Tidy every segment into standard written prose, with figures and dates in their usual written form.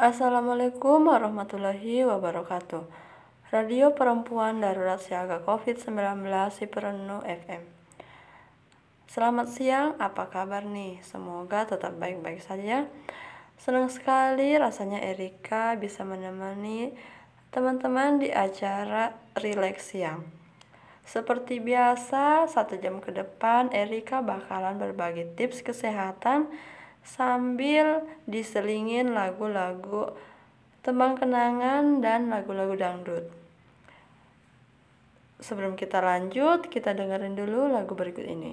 Assalamualaikum warahmatullahi wabarakatuh. Radio Perempuan Darurat Siaga COVID-19 Siperenu FM. Selamat siang, apa kabar nih? Semoga tetap baik-baik saja. Senang sekali rasanya Erika bisa menemani teman-teman di acara Relax Siang. Seperti biasa, 1 jam ke depan Erika bakalan berbagi tips kesehatan sambil diselingin lagu-lagu tembang kenangan dan lagu-lagu dangdut. Sebelum kita lanjut, kita dengerin dulu lagu berikut ini.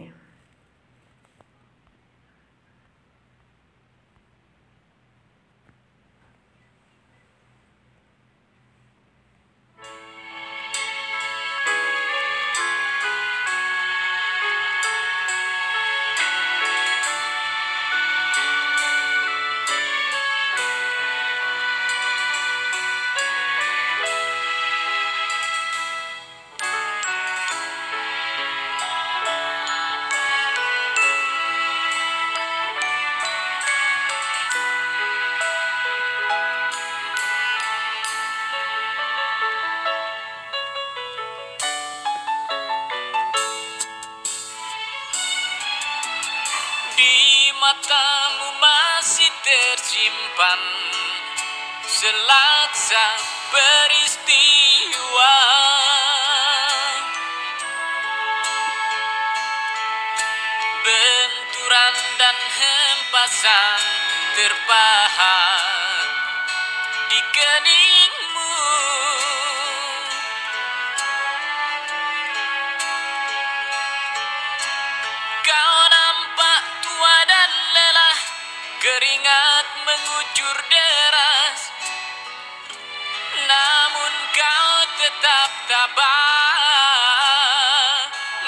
Matamu masih tersimpan selaksa peristiwa, benturan dan hempasan terpahat di keningmu. Kau nampak tua dan lelah, keringat mengucur deras, namun kau tetap tabah.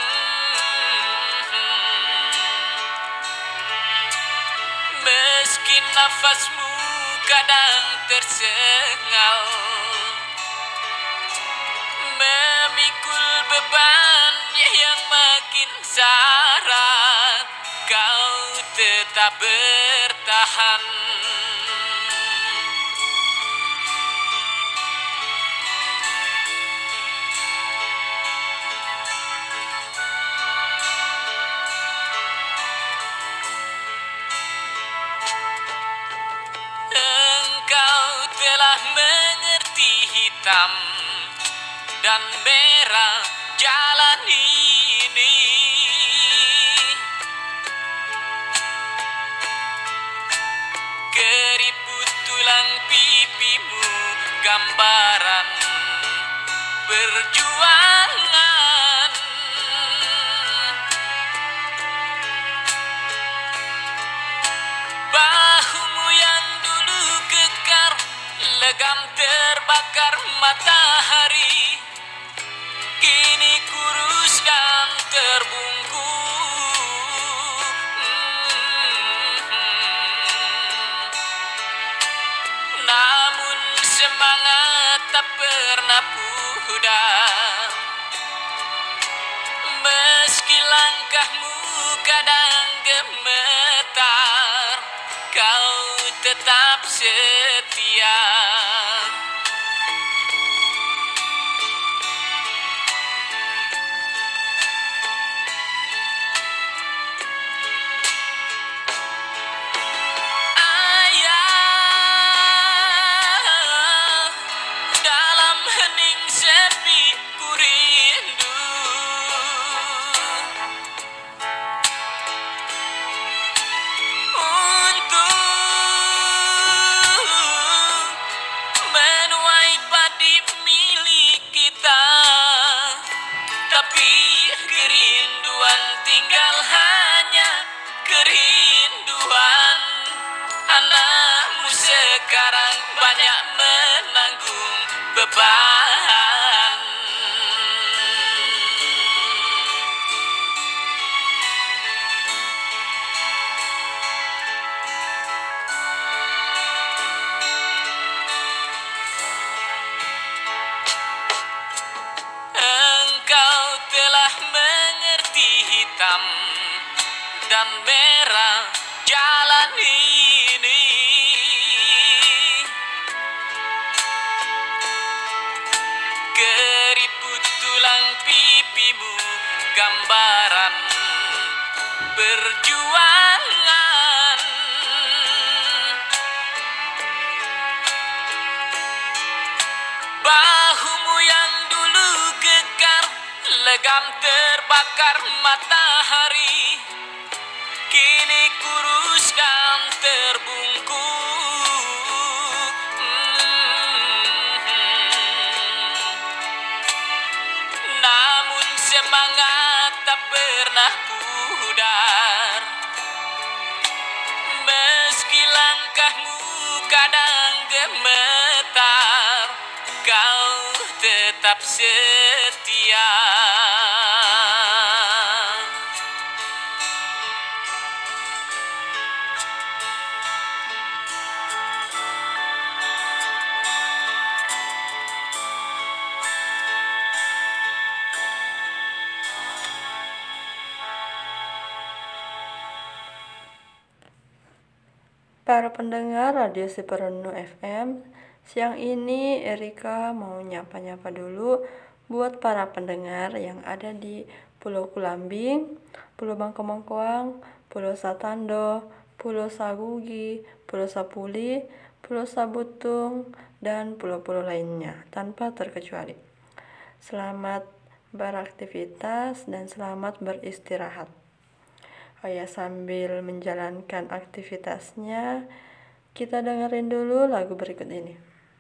Meski nafasmu kadang tersengal, memikul beban yang makin syarat, kau tetap bertahan. Engkau telah mengerti hitam dan merah jalan ini. Keriput tulang pipimu gambaran perjuangan. Bahumu yang dulu kekar, legam terbakar matahari, kini kurus dan terbungkus. Namun semangat tak pernah pudar, meski langkahmu kadang gemetar, kau tetap setia. Dalam hening sepi ku rindu, untuk menuai padi milik kita. Tapi kerinduan tinggal hanya kerinduan. Anakmu sekarang banyak menanggung beban. Engkau telah mengerti hitam dan merah jalan ini. gambaran perjuangan. Bahumu yang dulu kekar, legam terbakar matahari, kini kurus dan terbungkuk. Namun semangat tak pernah pudar, meski langkahmu kadang gemetar, kau tetap setia. Para pendengar Radio Supernu FM, siang ini Erika mau nyapa-nyapa dulu buat para pendengar yang ada di Pulau Kulambing, Pulau Bangka-Bangkoang, Pulau Satando, Pulau Sagugi, Pulau Sapuli, Pulau Sabutung, dan pulau-pulau lainnya tanpa terkecuali. Selamat beraktivitas dan selamat beristirahat. Oh ya, sambil menjalankan aktivitasnya, kita dengerin dulu lagu berikut ini.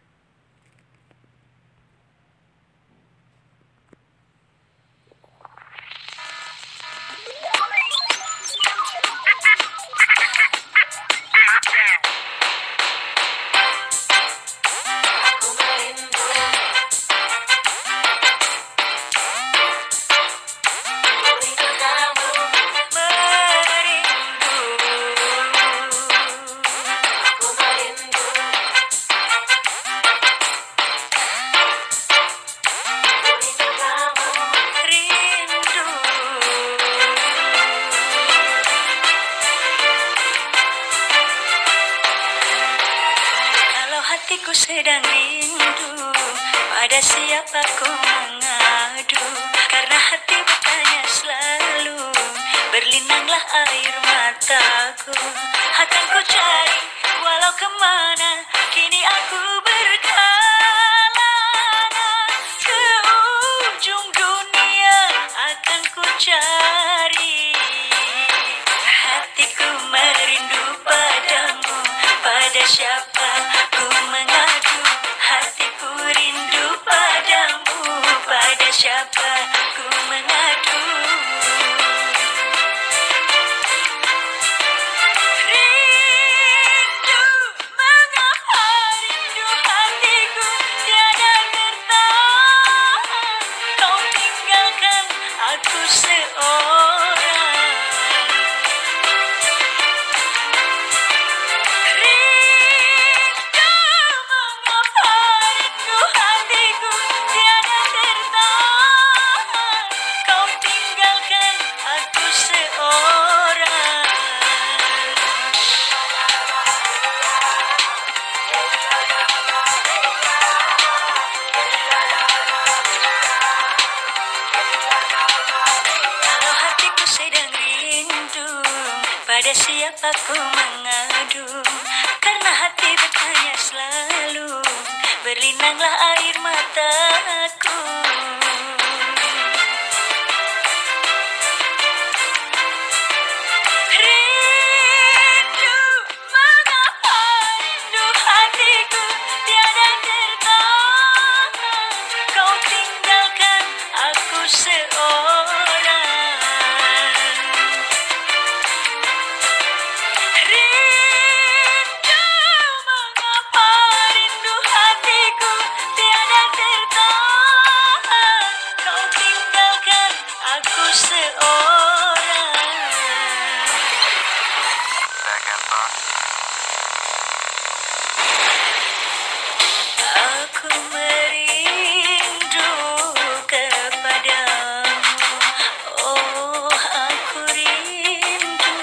Hatiku sedang rindu, pada siapa ku mengadu, karena hati bertanya selalu, berlinanglah air mataku. Akan ku cari walau kemana, kini aku berkelana, ke ujung dunia akan ku cari. Hatiku merindu padamu, pada siapa ku mengadu. Hatiku rindu padamu, pada siapa ku mengadu. Rindu, mengapa rindu hatiku tiada bertahan, kau tinggalkan aku seorang. Pada siapa ku mengadu, karena hati bertanya selalu, berlinanglah air mataku. Rindu, mengapa rindu hatiku tiada tertahan, kau tinggalkan aku seorang. Aku merindu kepadamu, oh aku rindu.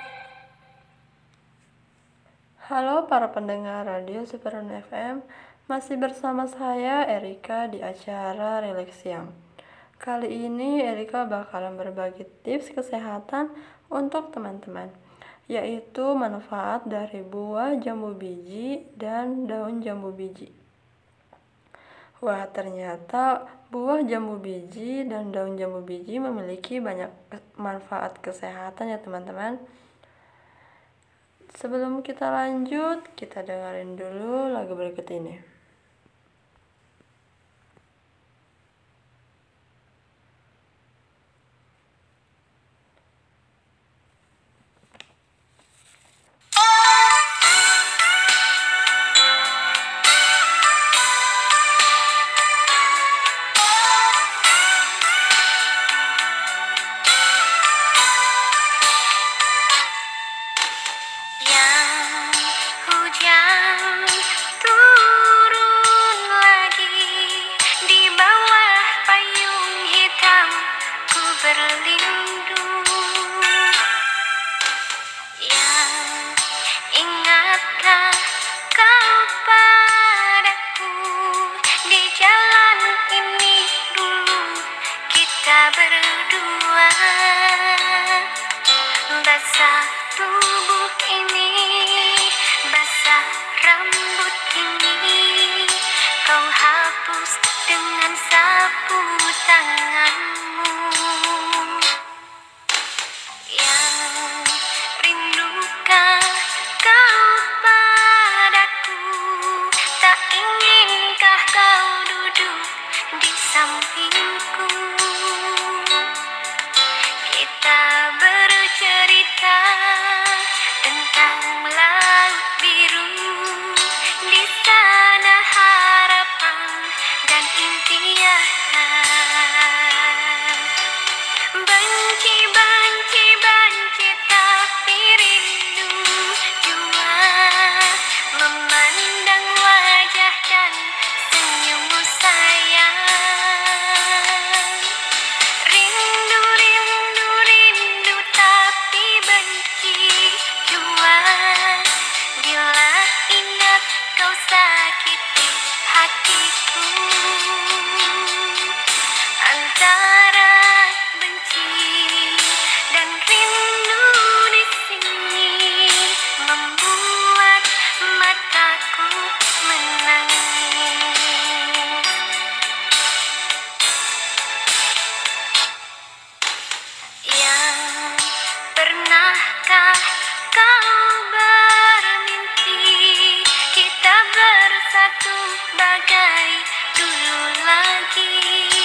Halo para pendengar Radio Supernu FM, Masih bersama saya Erika di acara Relax Siang. Kali ini Erika bakalan berbagi tips kesehatan untuk teman-teman, yaitu manfaat dari buah jambu biji dan daun jambu biji. Wah, ternyata buah jambu biji dan daun jambu biji memiliki banyak manfaat kesehatan ya teman-teman. Sebelum kita lanjut, kita dengerin dulu lagu berikut ini. Hujan turun lagi di bawah payung hitam ku berlindung. Yang ingatkah kau padaku di jalan ini dulu kita berdua, basah tubuh ini, basah rambut ini, kau hapus dengan sapu tanganmu. Yang rindukah kau padaku, tak inginkah kau duduk di sampingku, kita bercerita tentang laut biru, di sana harapan dan impian. Benci, benci, benci tapi rindu jua memandang wajah dan senyummu sayang. Rindu, rindu, rindu tapi benci jua bila ingat kau sakiti hatiku. Antara benci dan rindu di sini membuat mataku menangis. Yang pernahkah kau bermimpi kita bersatu bagai dulu lagi,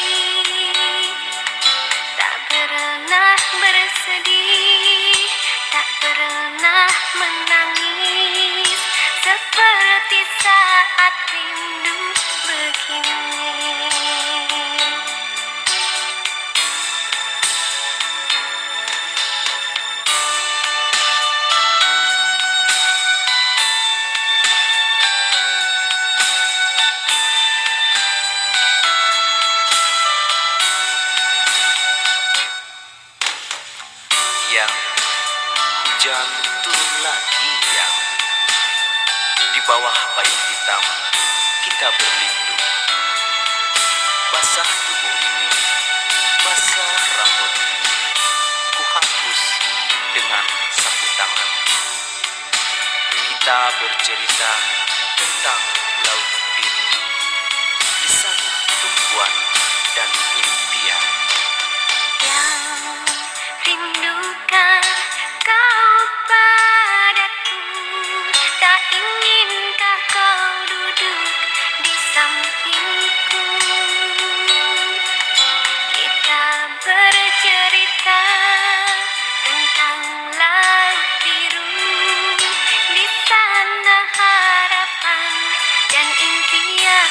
tak pernah bersedih, tak pernah menangis seperti saat rindu begini. Yang hujan turun lagi, yang di bawah payung hitam kita berlindung, basah tubuh ini, basah rambut ini, ku hapus dengan sapu tangan. Kita bercerita tentang laut biru, di sana tumpuan dan impian. Yang rindukah kau padaku, tak inginkah kau duduk di sampingku, kita bercerita tentang laut biru, di sana harapan dan impian.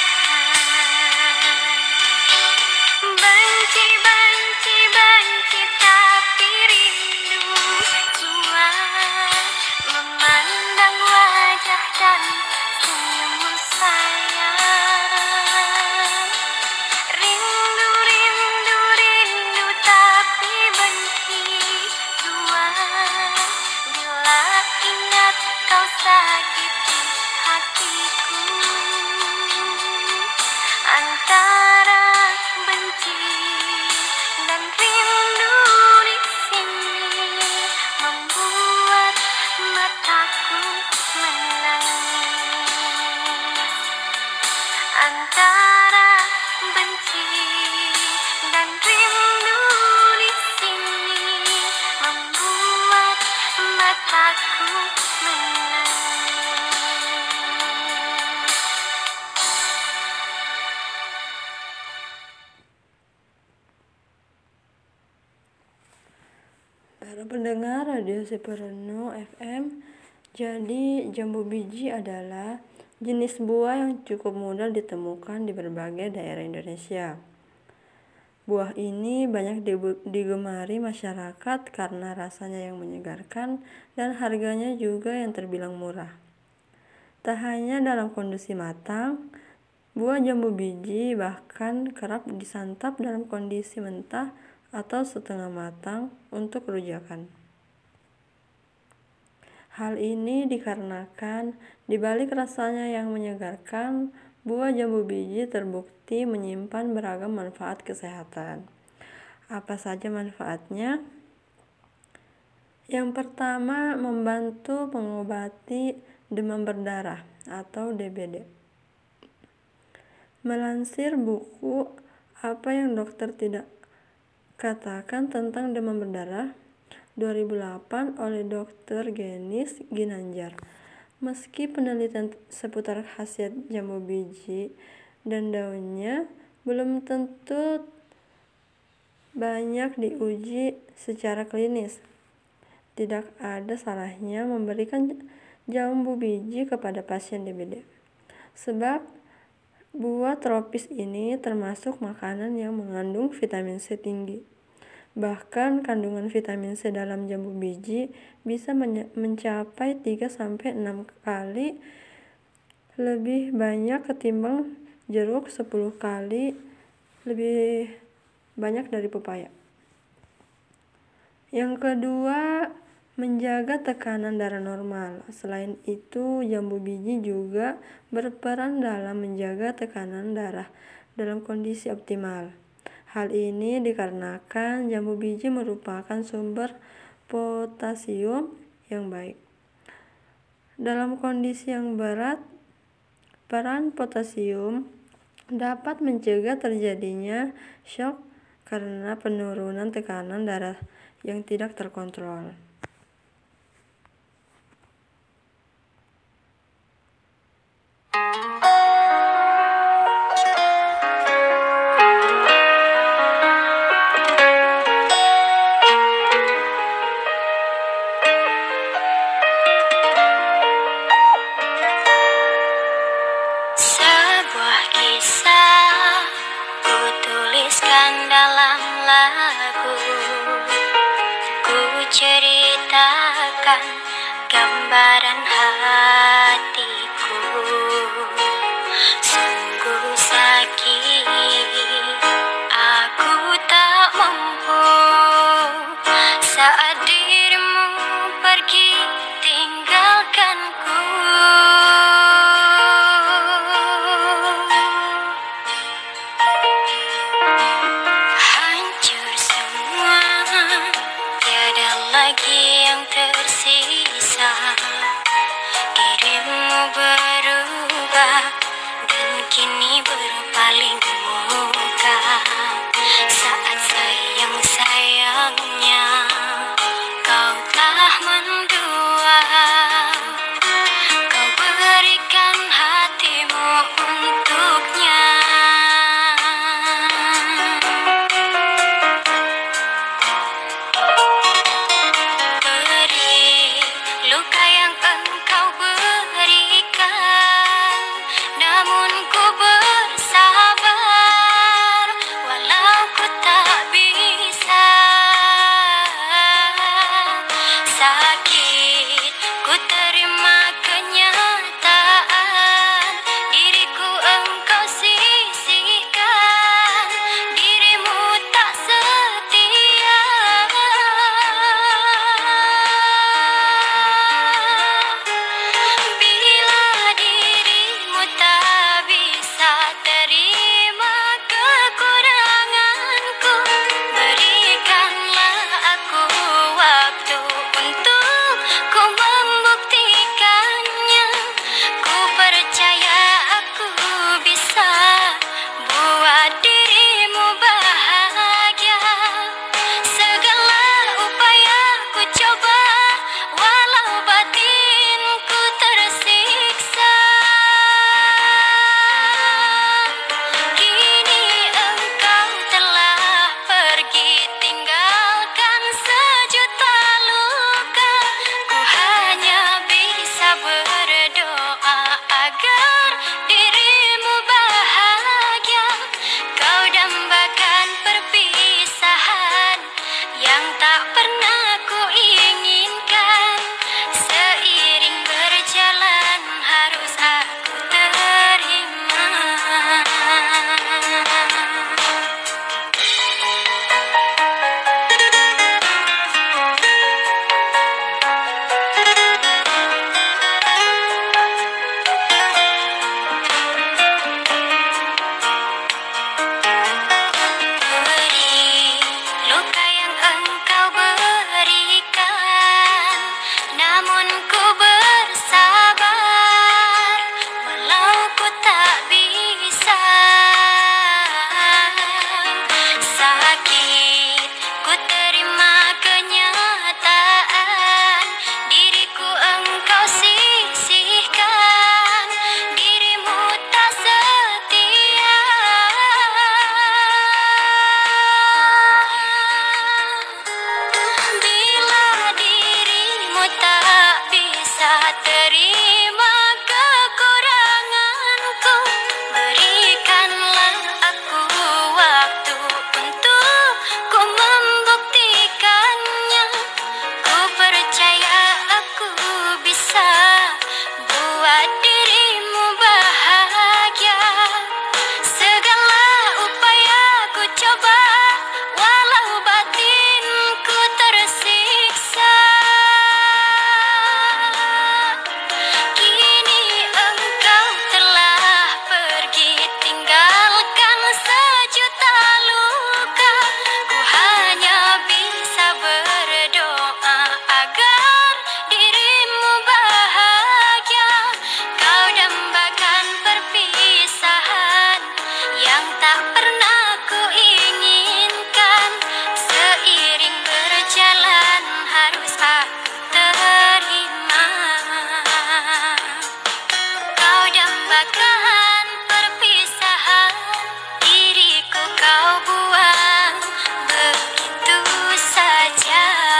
Benci, benci, benci tapi rindu jua memandang wajah dan senyummu sayang. Rindu, rindu, rindu tapi benci jua bila ingat kau sakiti hatiku. Para pendengar Radio Seperno FM, jadi jambu biji adalah jenis buah yang cukup mudah ditemukan di berbagai daerah Indonesia. Buah ini banyak digemari masyarakat karena rasanya yang menyegarkan dan harganya juga yang terbilang murah. Tak hanya dalam kondisi matang, buah jambu biji bahkan kerap disantap dalam kondisi mentah atau setengah matang untuk rujakan. Hal ini dikarenakan di balik rasanya yang menyegarkan, buah jambu biji terbukti menyimpan beragam manfaat kesehatan. Apa saja manfaatnya? Yang pertama, membantu mengobati demam berdarah atau DBD. Melansir buku Apa yang Dokter Tidak Katakan Tentang Demam Berdarah 2008 oleh Dr. Genis Ginanjar. Meski penelitian seputar khasiat jambu biji dan daunnya belum tentu banyak diuji secara klinis, tidak ada salahnya memberikan jambu biji kepada pasien DBD. Sebab buah tropis ini termasuk makanan yang mengandung vitamin C tinggi. Bahkan kandungan vitamin C dalam jambu biji bisa mencapai 3-6 kali lebih banyak ketimbang jeruk, 10 kali lebih banyak dari pepaya. Yang kedua, menjaga tekanan darah normal. Selain itu, jambu biji juga berperan dalam menjaga tekanan darah dalam kondisi optimal. Hal ini dikarenakan jambu biji merupakan sumber potasium yang baik. Dalam kondisi yang berat, peran potasium dapat mencegah terjadinya shock karena penurunan tekanan darah yang tidak terkontrol. Sebuah kisah ku tuliskan dalam lagu, ku ceritakan gambaran hatiku. Sungguh sakit, aku tak mampu saat dirimu pergi tinggalkanku. Hancur semua, tiada lagi yang tersisa. Dirimu berubah dan kini berpaling muka. Saat sayang-sayangnya kau telah mendua, kau berikan hatimu untuknya. Perih luka yang engkau berikan, namun ku bersabar lupakan perpisahan, diriku kau buang begitu saja.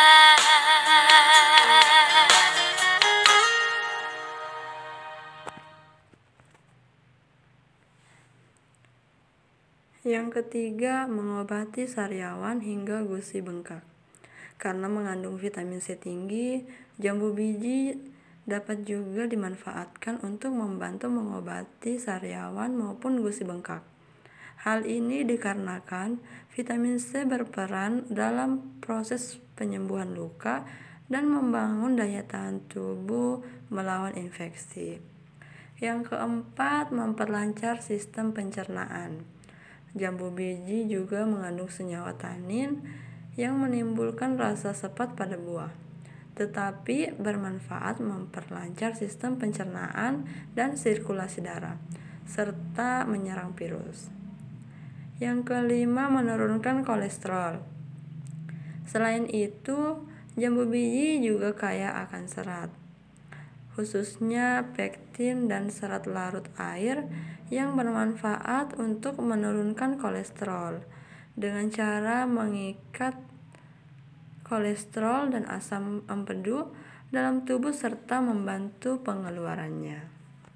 Yang ketiga, mengobati sariawan hingga gusi bengkak. Karena mengandung vitamin C tinggi, jambu biji dapat juga dimanfaatkan untuk membantu mengobati sariawan maupun gusi bengkak. Hal ini dikarenakan vitamin C berperan dalam proses penyembuhan luka dan membangun daya tahan tubuh melawan infeksi. Yang keempat, memperlancar sistem pencernaan. Jambu biji juga mengandung senyawa tanin yang menimbulkan rasa sepat pada buah, tetapi bermanfaat memperlancar sistem pencernaan dan sirkulasi darah, serta menyerang virus. Yang kelima, menurunkan kolesterol. Selain itu, jambu biji juga kaya akan serat, khususnya pektin dan serat larut air yang bermanfaat untuk menurunkan kolesterol dengan cara mengikat kolesterol dan asam empedu dalam tubuh serta membantu pengeluarannya.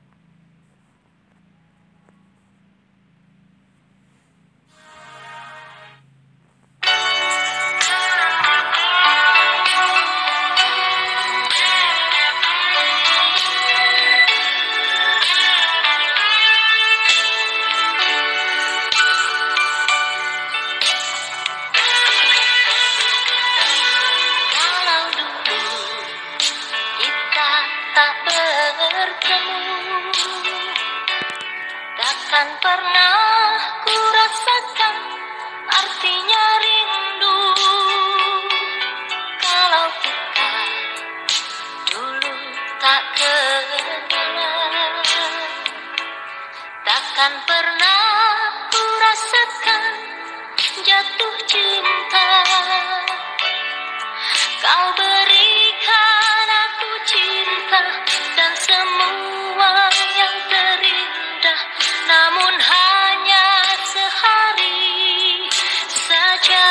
Takkan pernah ku rasakan artinya rindu kalau kita dulu tak kenal. Takkan pernah ku rasakan jatuh cinta. Kau berikan aku cinta dan semua yang terindah, namun hanya sehari saja.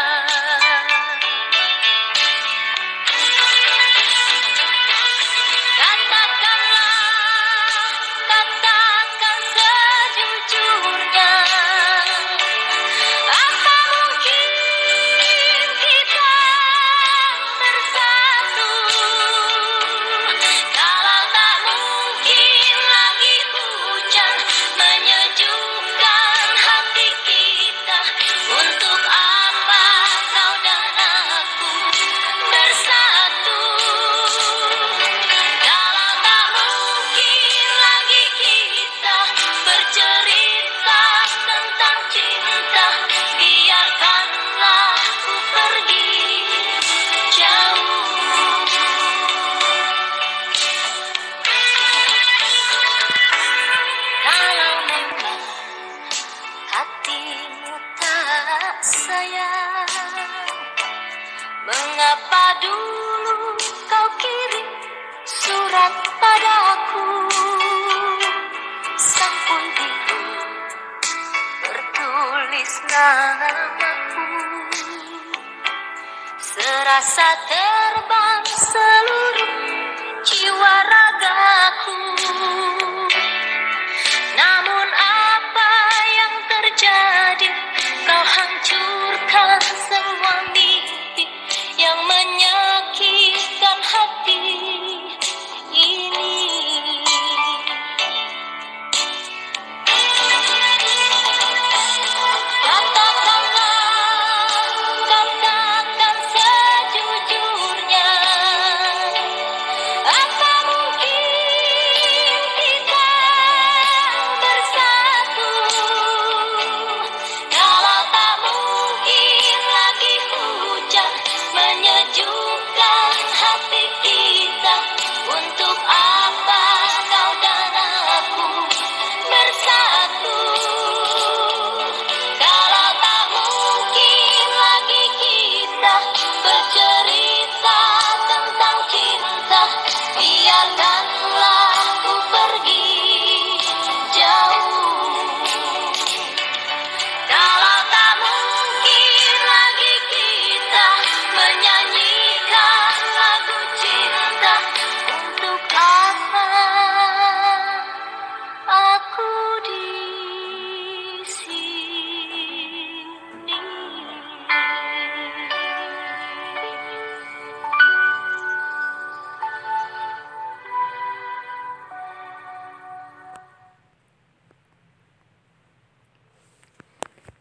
Katakan sejujurnya, apa mungkin kita bersatu kalau tak mungkin lagi hujan menyejukkan hati kita? Untuk apa kau dan aku bersatu kalau tak mungkin lagi kita bercerita tentang cinta? Biarkanlah ku pergi jauh. Kalau memang hatimu tak sayang, mengapa dulu kau kirim surat padaku? Sampul biru bertulis namaku, serasa terbang seluruh jiwa ragaku. Namun apa yang terjadi? Kau hancurkan semua mimpi yang menyakitkan hati ini. Katakan sejujurnya,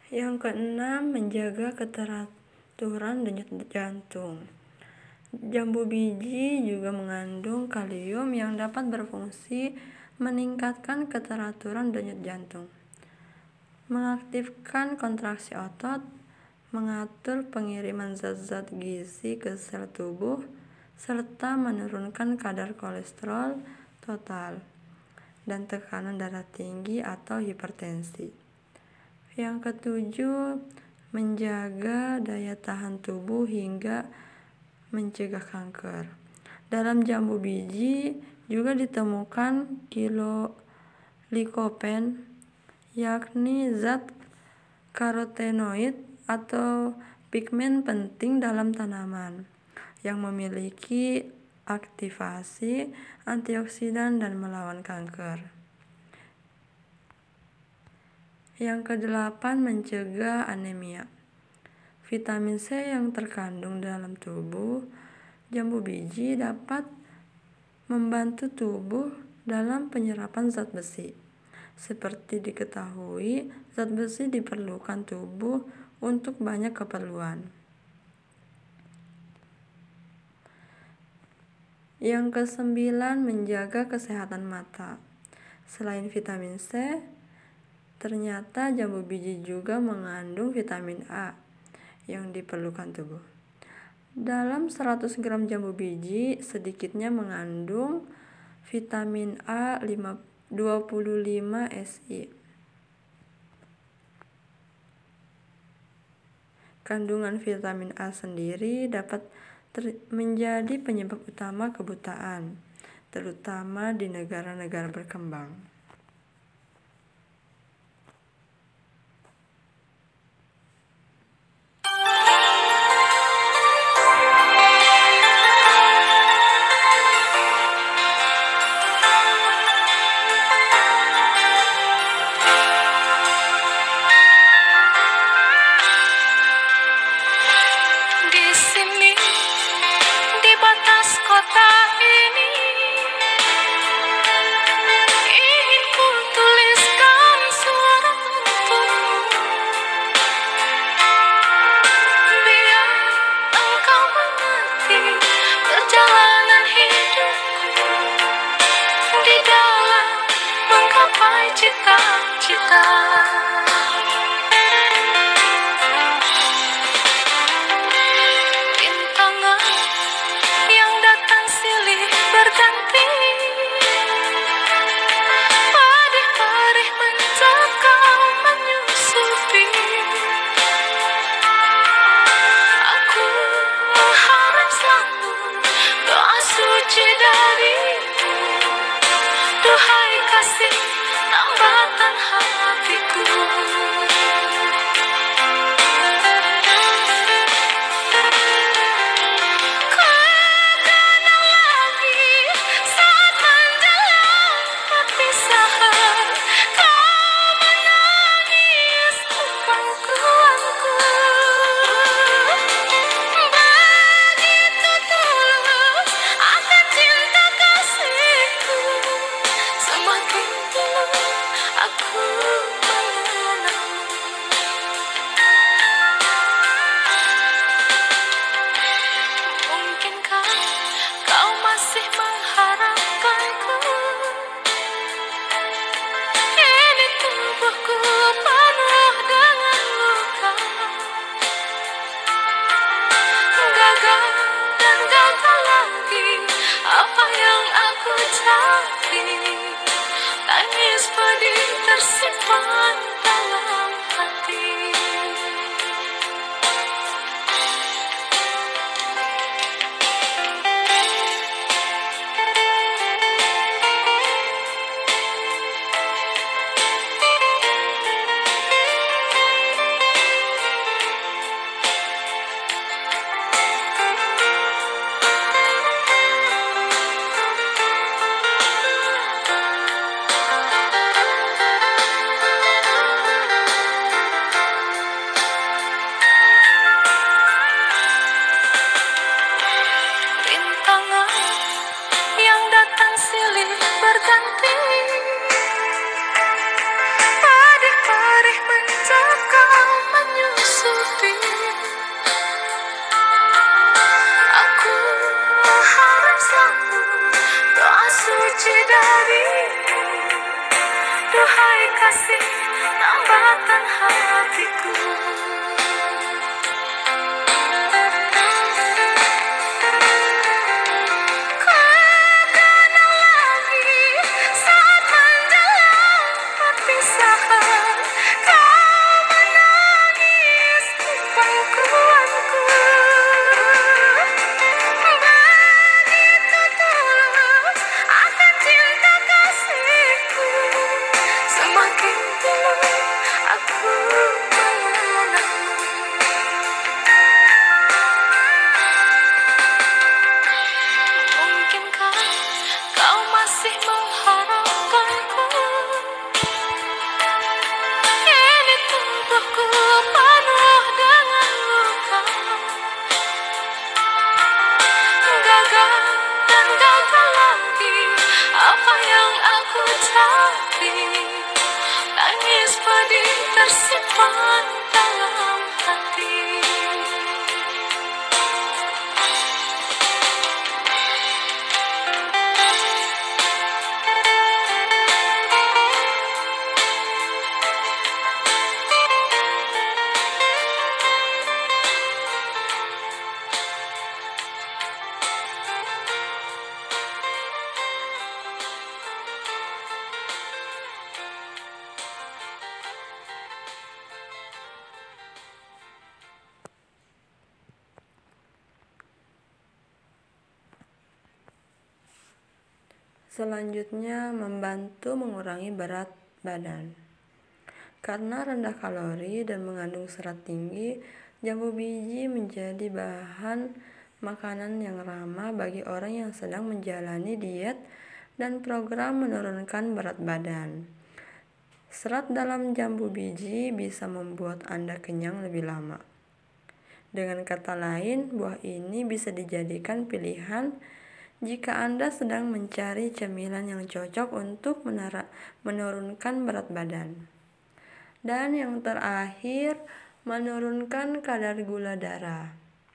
Yang keenam, menjaga keteraturan denyut jantung. Jambu biji juga mengandung kalium yang dapat berfungsi meningkatkan keteraturan denyut jantung, mengaktifkan kontraksi otot, mengatur pengiriman zat-zat gizi ke sel tubuh, serta menurunkan kadar kolesterol total dan tekanan darah tinggi atau hipertensi. Yang ketujuh, menjaga daya tahan tubuh hingga mencegah kanker. Dalam jambu biji juga ditemukan likopen, yakni zat karotenoid atau pigmen penting dalam tanaman yang memiliki aktivasi antioksidan dan melawan kanker. Yang kedelapan, mencegah anemia. Vitamin C yang terkandung dalam tubuh jambu biji dapat membantu tubuh dalam penyerapan zat besi. Seperti diketahui, zat besi diperlukan tubuh untuk banyak keperluan. Yang kesembilan, menjaga kesehatan mata. Selain vitamin C, ternyata jambu biji juga mengandung vitamin A yang diperlukan tubuh. Dalam 100 gram jambu biji sedikitnya mengandung vitamin A 25 SI. Kandungan vitamin A sendiri dapat menjadi penyebab utama kebutaan, terutama di negara-negara berkembang. kasih tambatan hatiku. Kadang lagi saat menjelang perpisahan, kau menangis di pangkuanku. Begitu tulus akan cinta kasihku, semakin dulu aku mengenal. Mungkinkah kau masih mengharapkanku? Ini tubuhku penuh dengan luka. Gagal dan gagal lagi, apa yang aku cari? Tangis pedih tersimpan dalam hati. Selanjutnya, membantu mengurangi berat badan. Karena rendah kalori dan mengandung serat tinggi, jambu biji menjadi bahan makanan yang ramah bagi orang yang sedang menjalani diet dan program menurunkan berat badan. Serat dalam jambu biji bisa membuat Anda kenyang lebih lama. Dengan kata lain, buah ini bisa dijadikan pilihan jika Anda sedang mencari cemilan yang cocok untuk menurunkan berat badan. Dan yang terakhir, menurunkan kadar gula darah.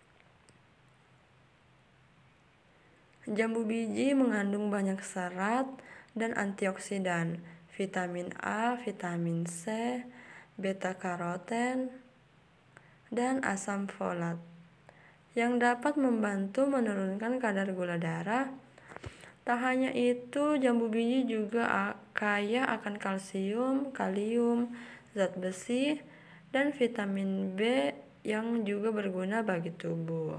Jambu biji mengandung banyak serat dan antioksidan, vitamin A, vitamin C, beta-karoten, dan asam folat yang dapat membantu menurunkan kadar gula darah. Tak hanya itu, jambu biji juga kaya akan kalsium, kalium, zat besi, dan vitamin B yang juga berguna bagi tubuh.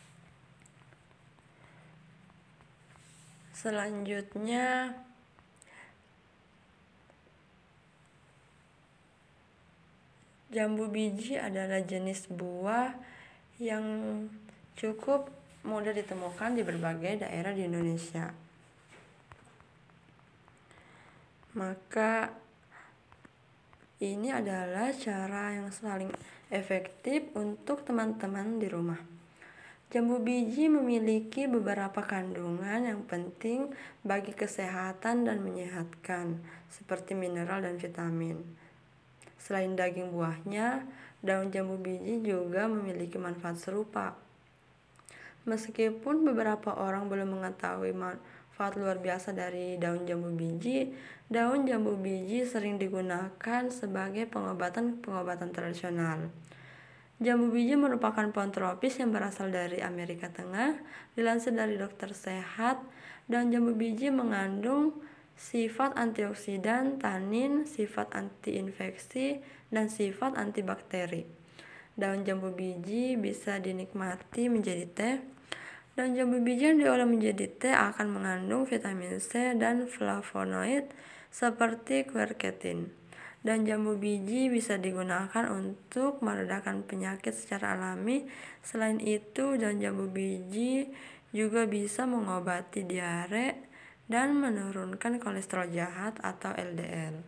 Selanjutnya, jambu biji adalah jenis buah yang cukup mudah ditemukan di berbagai daerah di Indonesia. Maka ini adalah cara yang paling efektif untuk teman-teman di rumah. Jambu biji memiliki beberapa kandungan yang penting bagi kesehatan dan menyehatkan, seperti mineral dan vitamin. Selain daging buahnya, daun jambu biji juga memiliki manfaat serupa. Meskipun beberapa orang belum mengetahui manfaat luar biasa dari daun jambu biji sering digunakan sebagai pengobatan tradisional. Jambu biji merupakan pohon tropis yang berasal dari Amerika Tengah. Dilansir dari Dokter Sehat, daun jambu biji mengandung sifat antioksidan, tanin, sifat antiinfeksi, dan sifat antibakteri. Daun jambu biji bisa dinikmati menjadi teh. Daun jambu biji yang diolah menjadi teh akan mengandung vitamin C dan flavonoid seperti quercetin. Dan jambu biji bisa digunakan untuk meredakan penyakit secara alami. Selain itu, daun jambu biji juga bisa mengobati diare dan menurunkan kolesterol jahat atau LDL.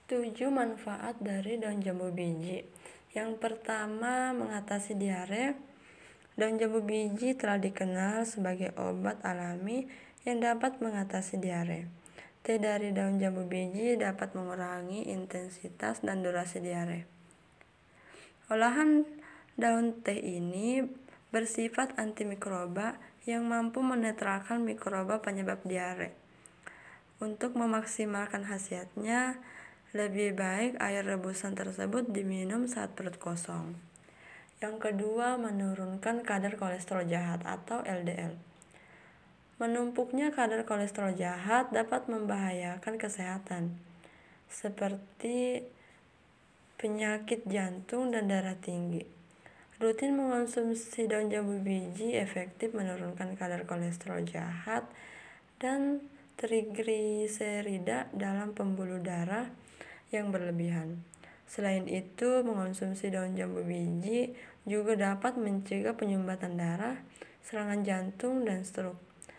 7 manfaat dari daun jambu biji. Yang pertama, mengatasi diare. Daun jambu biji telah dikenal sebagai obat alami yang dapat mengatasi diare. Teh dari daun jambu biji dapat mengurangi intensitas dan durasi diare. Olahan daun teh ini bersifat antimikroba yang mampu menetralkan mikroba penyebab diare. Untuk memaksimalkan khasiatnya, lebih baik air rebusan tersebut diminum saat perut kosong. Yang kedua, menurunkan kadar kolesterol jahat atau LDL. Menumpuknya kadar kolesterol jahat dapat membahayakan kesehatan, seperti penyakit jantung dan darah tinggi. Rutin mengonsumsi daun jambu biji efektif menurunkan kadar kolesterol jahat dan trigliserida dalam pembuluh darah yang berlebihan. Selain itu, mengonsumsi daun jambu biji juga dapat mencegah penyumbatan darah, serangan jantung, dan stroke.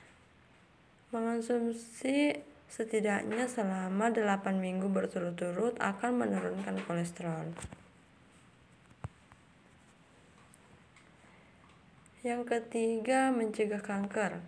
Mengonsumsi setidaknya selama 8 minggu berturut-turut akan menurunkan kolesterol. Yang ketiga, mencegah kanker.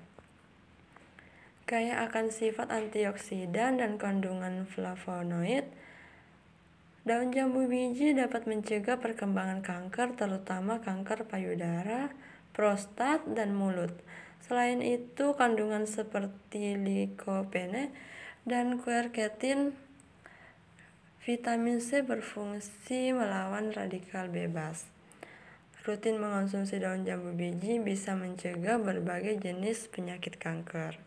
Kaya akan sifat antioksidan dan kandungan flavonoid, daun jambu biji dapat mencegah perkembangan kanker, terutama kanker payudara, prostat, dan mulut. Selain itu, kandungan seperti lycopene dan quercetin, vitamin C berfungsi melawan radikal bebas. Rutin mengonsumsi daun jambu biji bisa mencegah berbagai jenis penyakit kanker.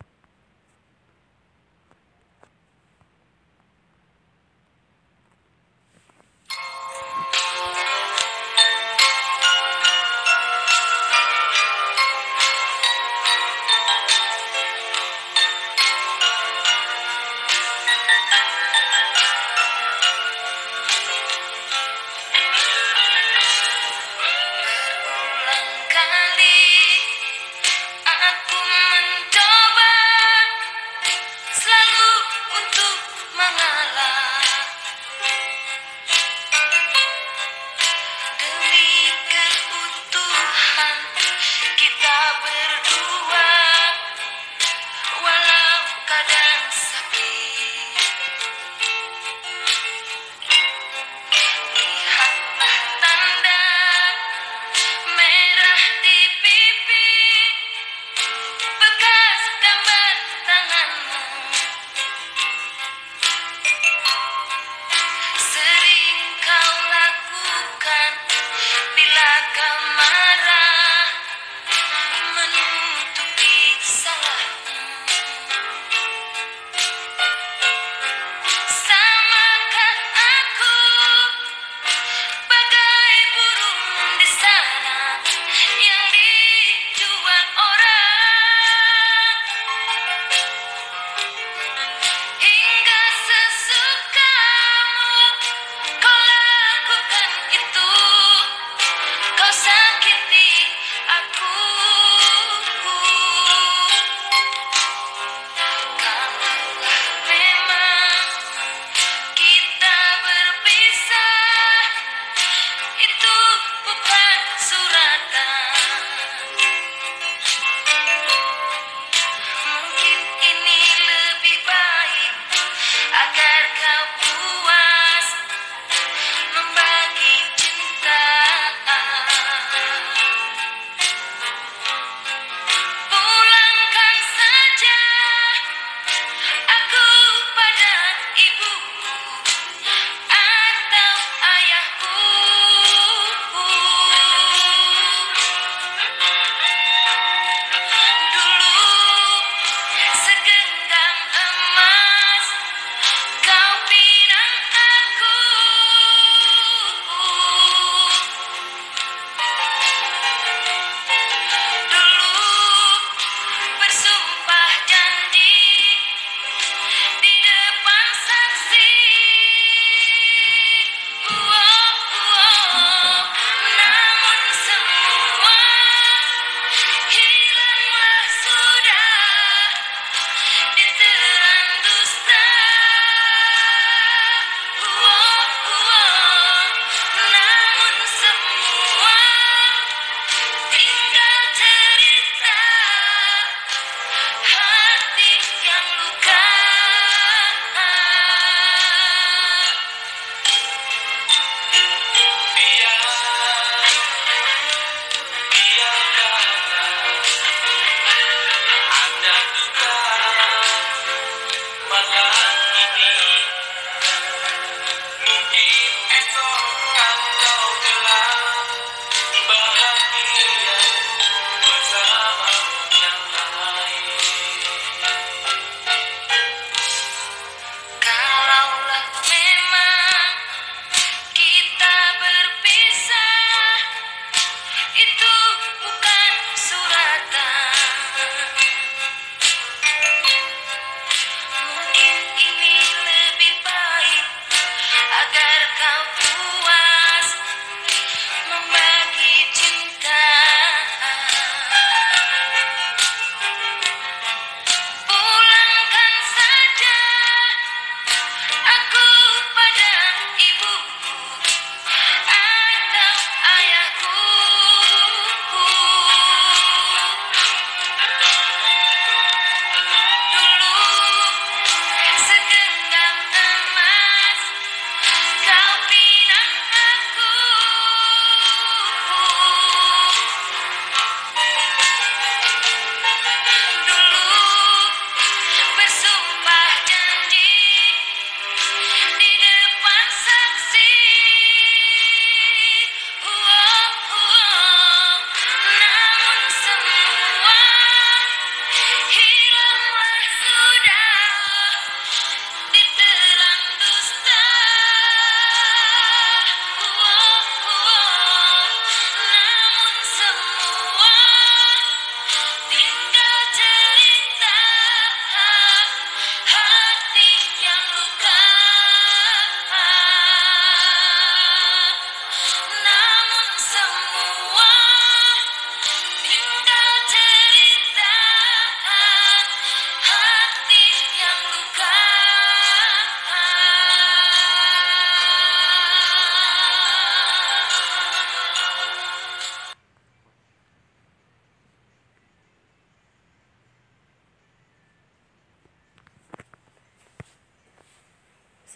Berulang kali aku mencoba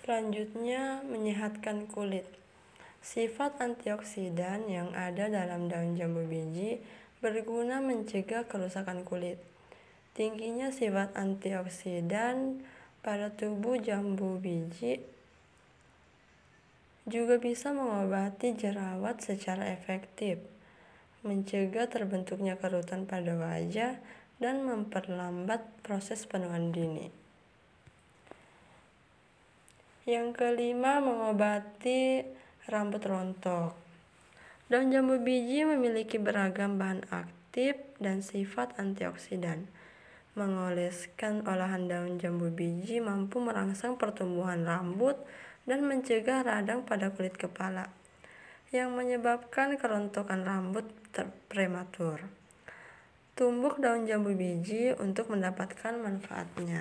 Selanjutnya, menyehatkan kulit. Sifat antioksidan yang ada dalam daun jambu biji berguna mencegah kerusakan kulit. Tingginya sifat antioksidan pada tubuh jambu biji juga bisa mengobati jerawat secara efektif, mencegah terbentuknya kerutan pada wajah, dan memperlambat proses penuaan dini. Yang kelima, mengobati rambut rontok. Daun jambu biji memiliki beragam bahan aktif dan sifat antioksidan. Mengoleskan olahan daun jambu biji mampu merangsang pertumbuhan rambut dan mencegah radang pada kulit kepala, yang menyebabkan kerontokan rambut prematur. Tumbuk daun jambu biji untuk mendapatkan manfaatnya.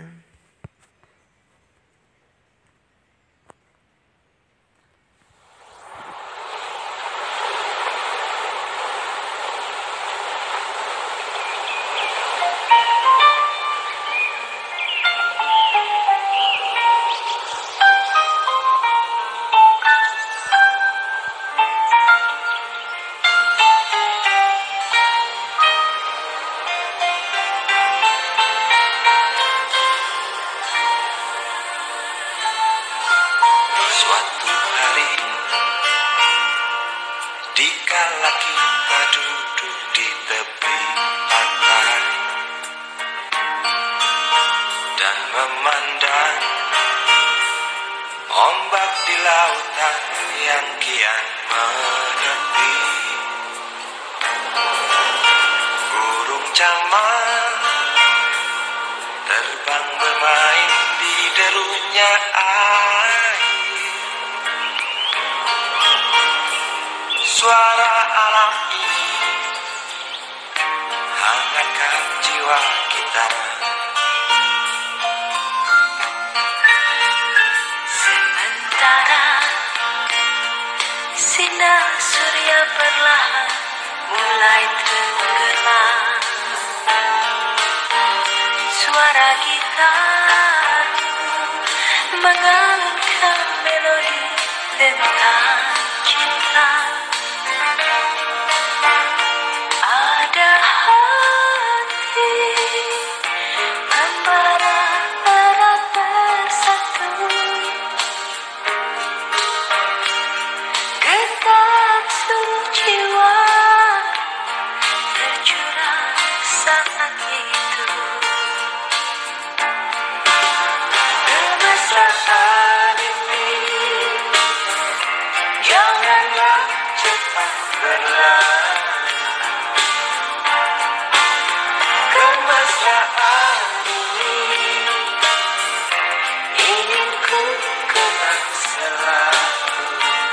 Suatu hari, dikala kita duduk di tepi pantai dan memandang ombak di lautan yang kian menepi, burung camar terbang bermain di derunya air. Suara alam ini hangatkan jiwa kita. Sementara sinar surya perlahan mulai tenggelam, suara gitar mengalunkan melodi tentang cinta. Ada hati membara erat bersatu, getar seluruh jiwa tercurah saat itu. Kemesraan ini janganlah cepat berlalu. Kemesraan ini ingin ku kenang selalu.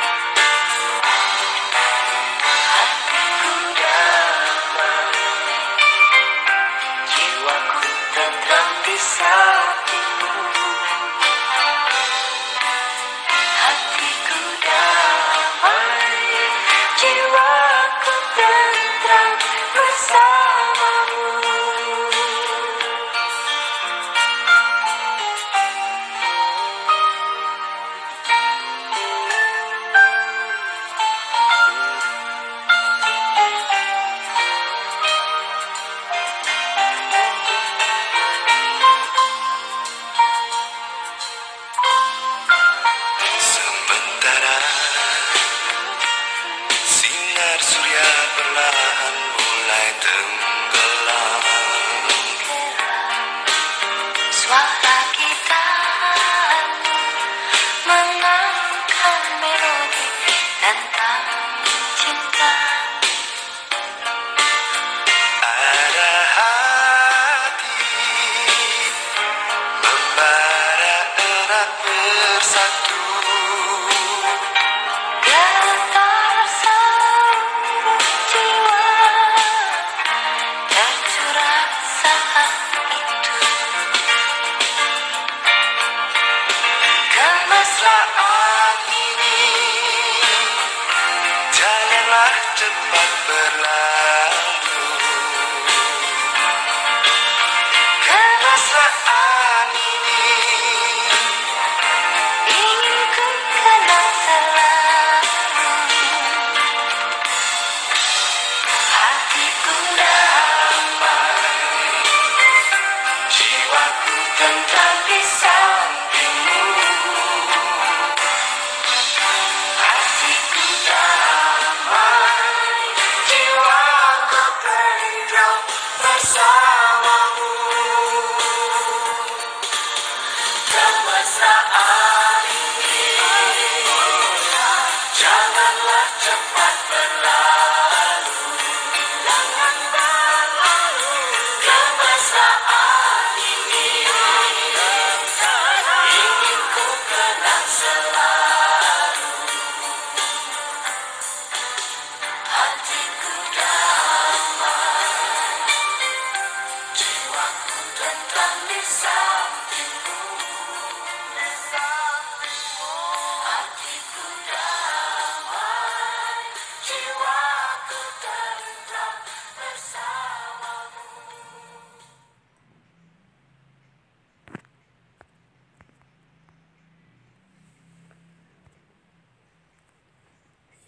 Hatiku damai, jiwaku tentram di sampingmu. Hatiku damai, jiwaku tentram bersamamu. Sementara sinar surya perlahan mulai tenggelam, Suara gitar mengalunkan melodi tentang cinta. ada hati membara erat bersatu, Getar seluruh jiwa tercurah saat itu. kemesraan ini janganlah cepat berlalu. Kemesraan ini Ingin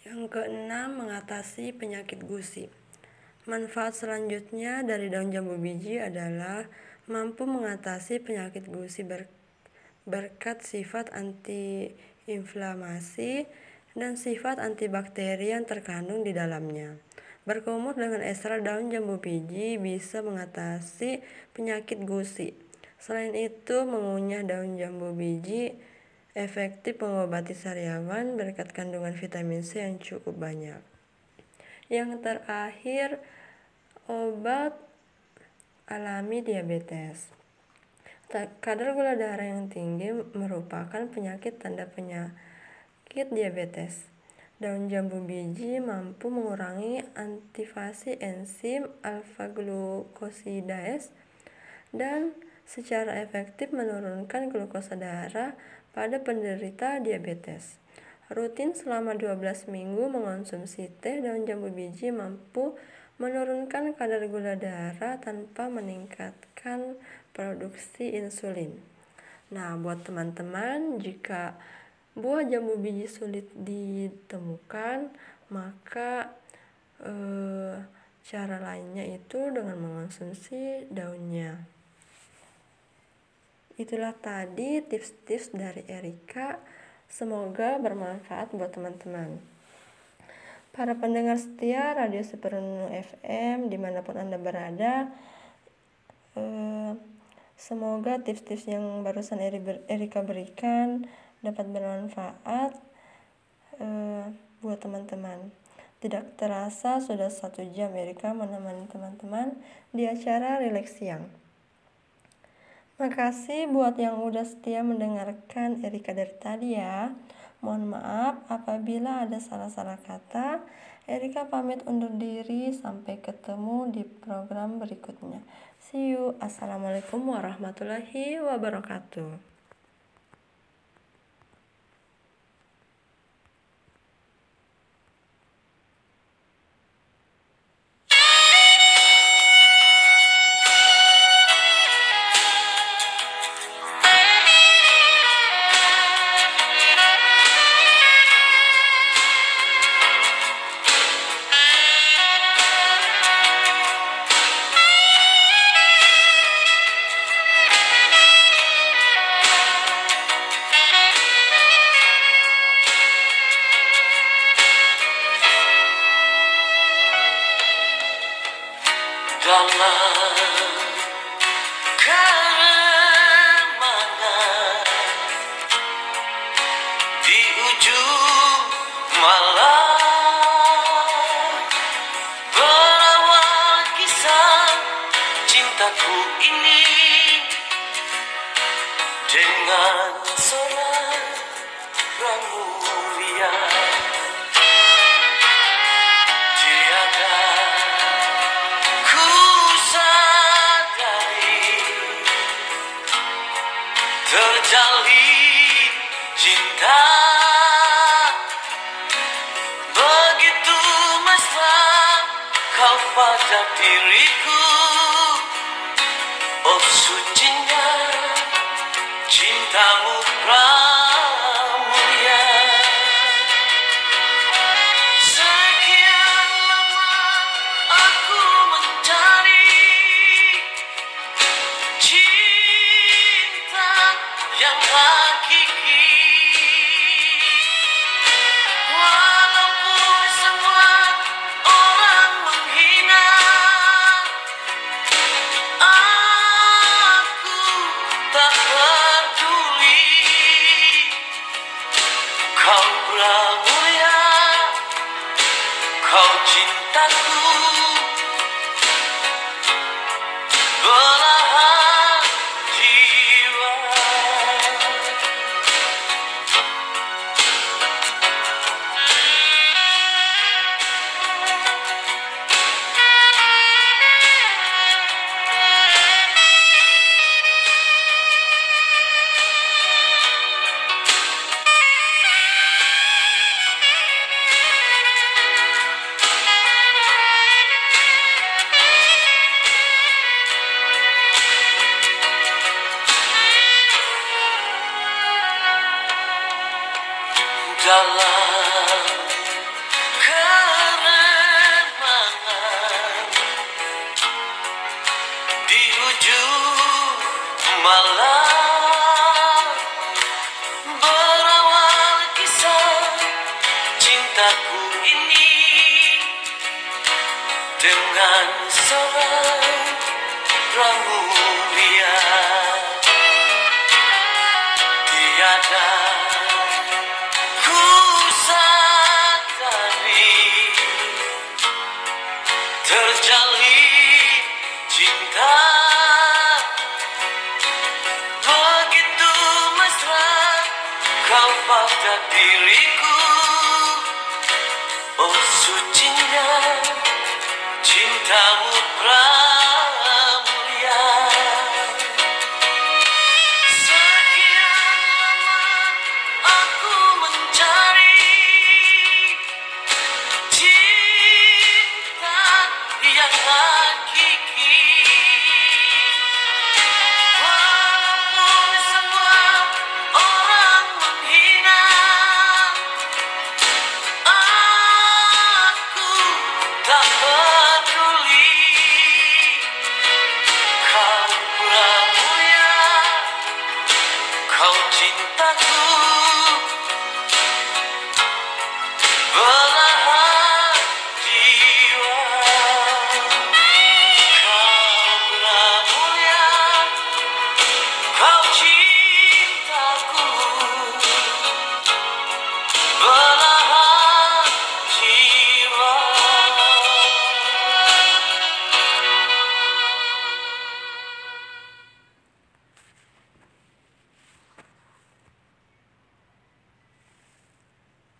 Yang keenam, mengatasi penyakit gusi. Manfaat selanjutnya dari daun jambu biji adalah mampu mengatasi penyakit gusi berkat sifat antiinflamasi dan sifat antibakteri yang terkandung di dalamnya. Berkumur dengan ekstrak daun jambu biji bisa mengatasi penyakit gusi. Selain itu, mengunyah daun jambu biji efektif mengobati sariawan berkat kandungan vitamin C yang cukup banyak. Yang terakhir, obat alami diabetes. Kadar gula darah yang tinggi merupakan tanda penyakit diabetes. Daun jambu biji mampu mengurangi aktivasi enzim alfa-glukosidase dan secara efektif menurunkan glukosa darah pada penderita diabetes. Rutin selama 12 minggu mengonsumsi teh daun jambu biji mampu menurunkan kadar gula darah tanpa meningkatkan produksi insulin. Nah, buat teman-teman, jika buah jambu biji sulit ditemukan, maka cara lainnya itu dengan mengonsumsi daunnya. Itulah tadi tips-tips dari Erika. Semoga bermanfaat buat teman-teman. Para pendengar setia Radio Supernuh FM dimanapun Anda berada, semoga tips-tips yang barusan Erika berikan dapat bermanfaat buat teman-teman. Tidak terasa sudah 1 jam Erika menemani teman-teman di acara Relax Siang. Makasih buat yang udah setia mendengarkan Erika dari tadi ya. Mohon maaf apabila ada salah-salah kata. Erika pamit undur diri, sampai ketemu di program berikutnya. See you. Assalamualaikum warahmatullahi wabarakatuh. Terjalin cinta begitu mesra kau pada diriku. Oh sucinya cintamu pramulia. Sekian lama aku mencari cinta yang hakiki, walaupun semua orang menghina, aku tak peduli. Kau pramulia, kau cintaku, belahan jiwa. Dalam cintaku ini dengan seorang pramulia. Tiada ku sadari terjalin cinta begitu mesra kau pada diriku. Oh sucinya cintamu